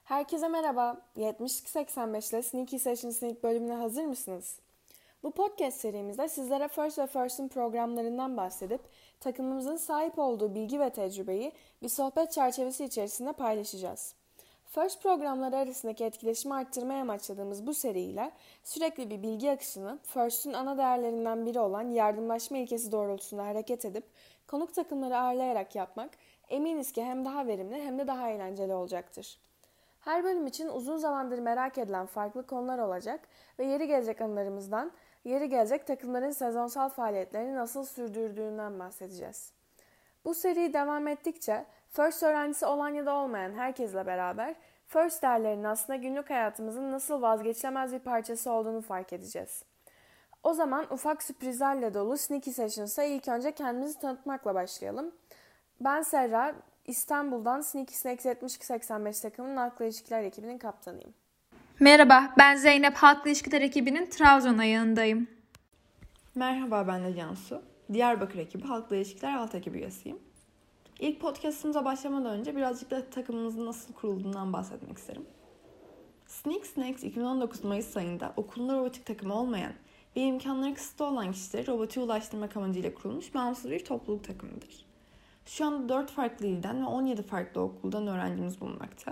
Herkese merhaba. 7285 ile Sneaky Sessions'ın ilk bölümüne hazır mısınız? Bu podcast serimizde sizlere First ve First'ın programlarından bahsedip takımımızın sahip olduğu bilgi ve tecrübeyi bir sohbet çerçevesi içerisinde paylaşacağız. First programları arasındaki etkileşimi arttırmaya amaçladığımız bu seriyle sürekli bir bilgi akışını First'ün ana değerlerinden biri olan yardımlaşma ilkesi doğrultusunda hareket edip konuk takımları ağırlayarak yapmak eminiz ki hem daha verimli hem de daha eğlenceli olacaktır. Her bölüm için uzun zamandır merak edilen farklı konular olacak ve yeri gelecek anılarımızdan, yeri gelecek takımların sezonsal faaliyetlerini nasıl sürdürdüğünden bahsedeceğiz. Bu seri devam ettikçe First öğrencisi olan ya da olmayan herkesle beraber First değerlerinin aslında günlük hayatımızın nasıl vazgeçilemez bir parçası olduğunu fark edeceğiz. O zaman ufak sürprizlerle dolu Sneaky Sessions'a ilk önce kendimizi tanıtmakla başlayalım. Ben Serra, İstanbul'dan Sneaky Snacks 7285 takımının halkla ilişkiler ekibinin kaptanıyım. Merhaba, ben Zeynep, halkla ilişkiler ekibinin Trabzon ayağındayım. Merhaba, ben de Cansu. Diyarbakır ekibi halkla ilişkiler alt ekibi üyesiyim. İlk podcastımıza başlamadan önce birazcık da takımımızın nasıl kurulduğundan bahsetmek isterim. Sneaky Snacks 2019 Mayıs ayında okulunda robotik takımı olmayan ve imkanları kısıtlı olan kişileri robotiğe ulaştırmak amacıyla kurulmuş bağımsız bir topluluk takımıdır. Şu anda 4 farklı ilden ve 17 farklı okuldan öğrencimiz bulunmakta.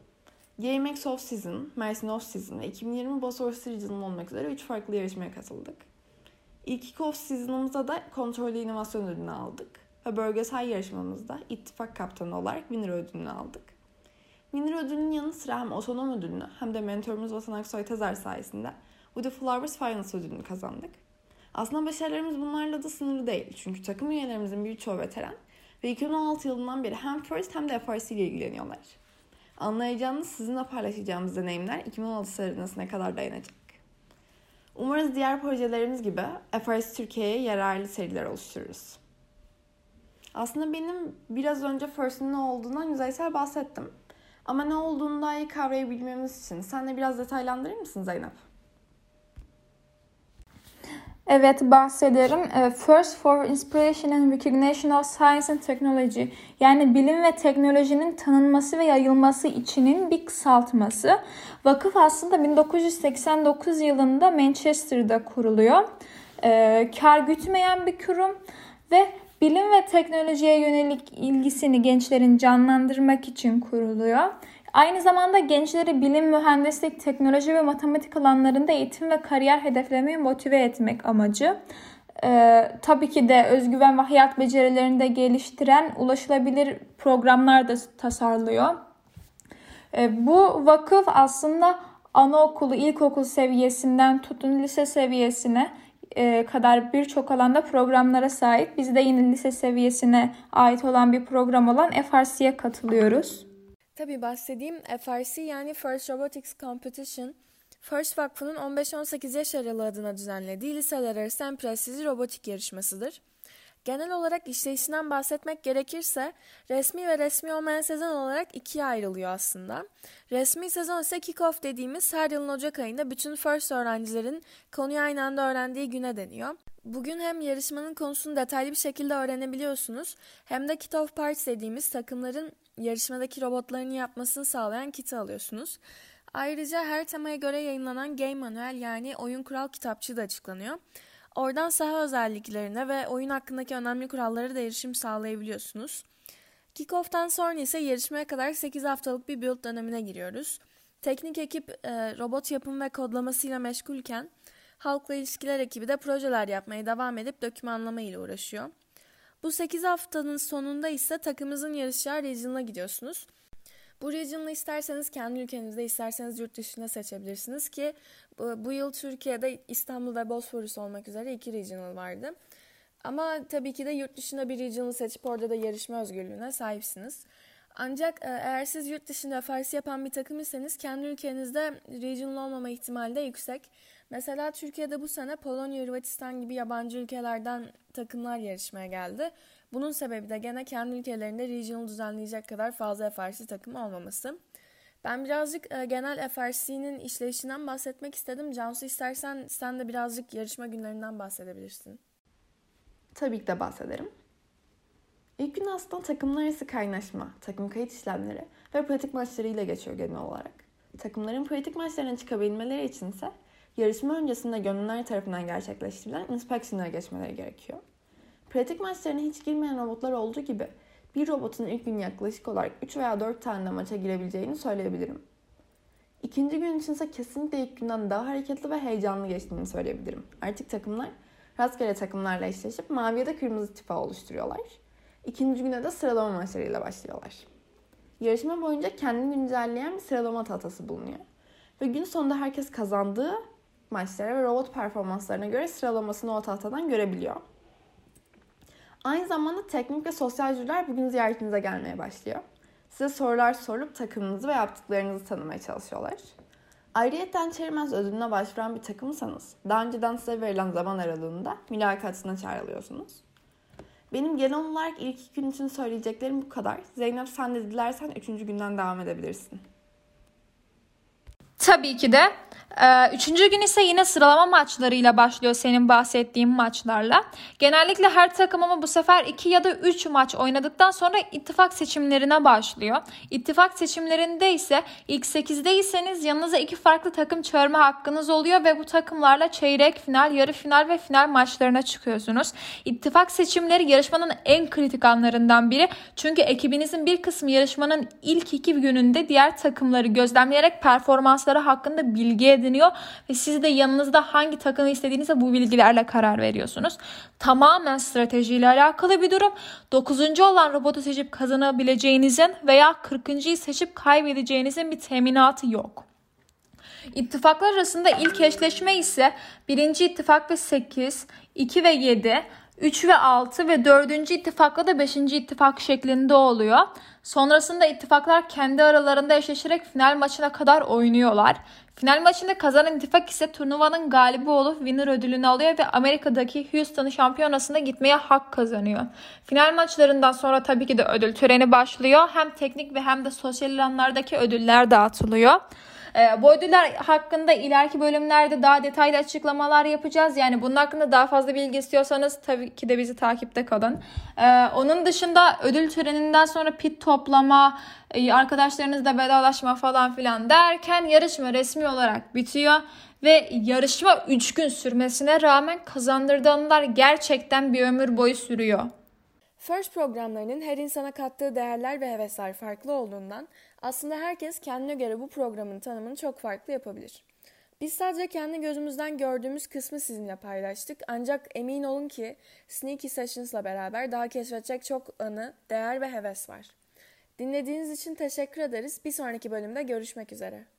GameX Off-Season, Mersin Off-Season ve 2020 Bosphorus Regional olmak üzere 3 farklı yarışmaya katıldık. İlk iki off-season'ımızda da kontrollü inovasyon ödülünü aldık ve bölgesel yarışmamızda ittifak kaptanı olarak Winner ödülünü aldık. Winner ödülünün yanı sıra hem otonom ödülünü hem de mentorumuz Vatan Aksoy Tezer sayesinde With the Flowers Finals ödülünü kazandık. Aslında başarılarımız bunlarla da sınırlı değil, çünkü takım üyelerimizin birçoğu veteran ve 2016 yılından beri hem First hem de FRC ile ilgileniyorlar. Anlayacağınız sizinle paylaşacağımız deneyimler 2016 serisine kadar dayanacak. Umarız diğer projelerimiz gibi FRC Türkiye'ye yararlı seriler oluştururuz. Aslında benim biraz önce First'ın ne olduğundan yüzeysel bahsettim. Ama ne olduğunu daha iyi kavrayabilmemiz için sen de biraz detaylandırır mısın Zeynep? Evet, bahsederim. First for Inspiration and Recognition of Science and Technology, yani bilim ve teknolojinin tanınması ve yayılması içinin bir kısaltması. Vakıf aslında 1989 yılında Manchester'da kuruluyor. Kar gütmeyen bir kurum ve bilim ve teknolojiye yönelik ilgisini gençlerin canlandırmak için kuruluyor. Aynı zamanda gençleri bilim, mühendislik, teknoloji ve matematik alanlarında eğitim ve kariyer hedeflemeye motive etmek amacı. Tabii ki de özgüven ve hayat becerilerini de geliştiren ulaşılabilir programlar da tasarlıyor. Bu vakıf aslında anaokulu, ilkokul seviyesinden tutun lise seviyesine kadar birçok alanda programlara sahip. Biz de yine lise seviyesine ait olan bir program olan FRC'ye katılıyoruz. Tabii bahsedeyim, FRC yani First Robotics Competition, First Vakfı'nın 15-18 yaş aralığı adına düzenlediği liseler arası en prestijli robotik yarışmasıdır. Genel olarak işleyişinden bahsetmek gerekirse resmi ve resmi olmayan sezon olarak ikiye ayrılıyor aslında. Resmi sezon ise kick-off dediğimiz her yılın Ocak ayında bütün First öğrencilerin konuyu aynı anda öğrendiği güne deniyor. Bugün hem yarışmanın konusunu detaylı bir şekilde öğrenebiliyorsunuz hem de Kit of Parts dediğimiz takımların yarışmadaki robotlarını yapmasını sağlayan kiti alıyorsunuz. Ayrıca her temaya göre yayınlanan Game Manual yani oyun kural kitapçığı da açıklanıyor. Oradan saha özelliklerine ve oyun hakkındaki önemli kurallara da erişim sağlayabiliyorsunuz. Kick-off'tan sonra ise yarışmaya kadar 8 haftalık bir build dönemine giriyoruz. Teknik ekip robot yapımı ve kodlamasıyla meşgulken halkla ilişkiler ekibi de projeler yapmaya devam edip dokümanlama ile uğraşıyor. Bu 8 haftanın sonunda ise takımımızın yarışacağı regional'a gidiyorsunuz. Bu regional'ı isterseniz kendi ülkenizde, isterseniz yurt dışında seçebilirsiniz ki bu yıl Türkiye'de İstanbul ve Bosphorus olmak üzere 2 regional vardı. Ama tabii ki de yurt dışında bir regional seçip orada da yarışma özgürlüğüne sahipsiniz. Ancak eğer siz yurt dışında FRC yapan bir takım iseniz kendi ülkenizde regional olmama ihtimali de yüksek. Mesela Türkiye'de bu sene Polonya, Hırvatistan gibi yabancı ülkelerden takımlar yarışmaya geldi. Bunun sebebi de gene kendi ülkelerinde regional düzenleyecek kadar fazla FRC takımı olmaması. Ben birazcık genel FRC'nin işleyişinden bahsetmek istedim. Cansu, istersen sen de birazcık yarışma günlerinden bahsedebilirsin. Tabii ki de bahsederim. İlk İlk gün aslında takımlar arası kaynaşma, takım kayıt işlemleri ve pratik maçlarıyla geçiyor genel olarak. Takımların pratik maçlarına çıkabilmeleri içinse yarışma öncesinde gönüllüler tarafından gerçekleştirilen inspection'a geçmeleri gerekiyor. Pratik maçlarına hiç girmeyen robotlar olduğu gibi bir robotun ilk gün yaklaşık olarak 3 veya 4 tane de maça girebileceğini söyleyebilirim. İkinci gün içinse kesinlikle ilk günden daha hareketli ve heyecanlı geçtiğini söyleyebilirim. Artık takımlar rastgele takımlarla eşleşip mavi ya da kırmızı tifo oluşturuyorlar. İkinci güne de sıralama maçlarıyla başlıyorlar. Yarışma boyunca kendini güncelleyen bir sıralama tahtası bulunuyor. Ve gün sonunda herkes kazandığı maçlara ve robot performanslarına göre sıralamasını o tahtadan görebiliyor. Aynı zamanda teknik ve sosyal jüriler bugün ziyaretinize gelmeye başlıyor. Size sorular sorup takımınızı ve yaptıklarınızı tanımaya çalışıyorlar. Ayrıyeten Chairman's ödülüne başvuran bir takımsanız daha önceden size verilen zaman aralığında mülakatına çağrılıyorsunuz. Benim genel olarak ilk 2 gün için söyleyeceklerim bu kadar. Zeynep, sen de dilersen 3. günden devam edebilirsin. Tabii ki de. Üçüncü gün ise yine sıralama maçlarıyla başlıyor, senin bahsettiğin maçlarla. Genellikle her takım ama bu sefer 2 ya da 3 maç oynadıktan sonra ittifak seçimlerine başlıyor. İttifak seçimlerinde ise ilk 8'deyseniz yanınıza 2 farklı takım çağırma hakkınız oluyor ve bu takımlarla çeyrek final, yarı final ve final maçlarına çıkıyorsunuz. İttifak seçimleri yarışmanın en kritik anlarından biri. Çünkü ekibinizin bir kısmı yarışmanın ilk 2 gününde diğer takımları gözlemleyerek performansları hakkında bilgi ediniyor ve siz de yanınızda hangi takımı istediğinizde bu bilgilerle karar veriyorsunuz. Tamamen stratejiyle alakalı bir durum. 9. olan robotu seçip kazanabileceğinizin veya 40.'yı seçip kaybedeceğinizin bir teminatı yok. İttifaklar arasında ilk eşleşme ise 1. ittifak ve 8, 2 ve 7, 3 ve 6 ve 4. ittifakla da 5. ittifak şeklinde oluyor. Sonrasında ittifaklar kendi aralarında eşleşerek final maçına kadar oynuyorlar. Final maçında kazanan ittifak ise turnuvanın galibi olup winner ödülünü alıyor ve Amerika'daki Houston şampiyonasına gitmeye hak kazanıyor. Final maçlarından sonra tabii ki de ödül töreni başlıyor. Hem teknik ve hem de sosyal alanlardaki ödüller dağıtılıyor. Bu ödüller hakkında ileriki bölümlerde daha detaylı açıklamalar yapacağız. Yani bunun hakkında daha fazla bilgi istiyorsanız tabii ki de bizi takipte kalın. Onun dışında ödül töreninden sonra pit toplama, arkadaşlarınızla vedalaşma falan filan derken yarışma resmi olarak bitiyor. Ve yarışma 3 gün sürmesine rağmen kazandırdığı anılar gerçekten bir ömür boyu sürüyor. FIRST programlarının her insana kattığı değerler ve hevesler farklı olduğundan aslında herkes kendine göre bu programın tanımını çok farklı yapabilir. Biz sadece kendi gözümüzden gördüğümüz kısmı sizinle paylaştık, ancak emin olun ki Sneaky Sessions'la beraber daha keşfedecek çok anı, değer ve heves var. Dinlediğiniz için teşekkür ederiz. Bir sonraki bölümde görüşmek üzere.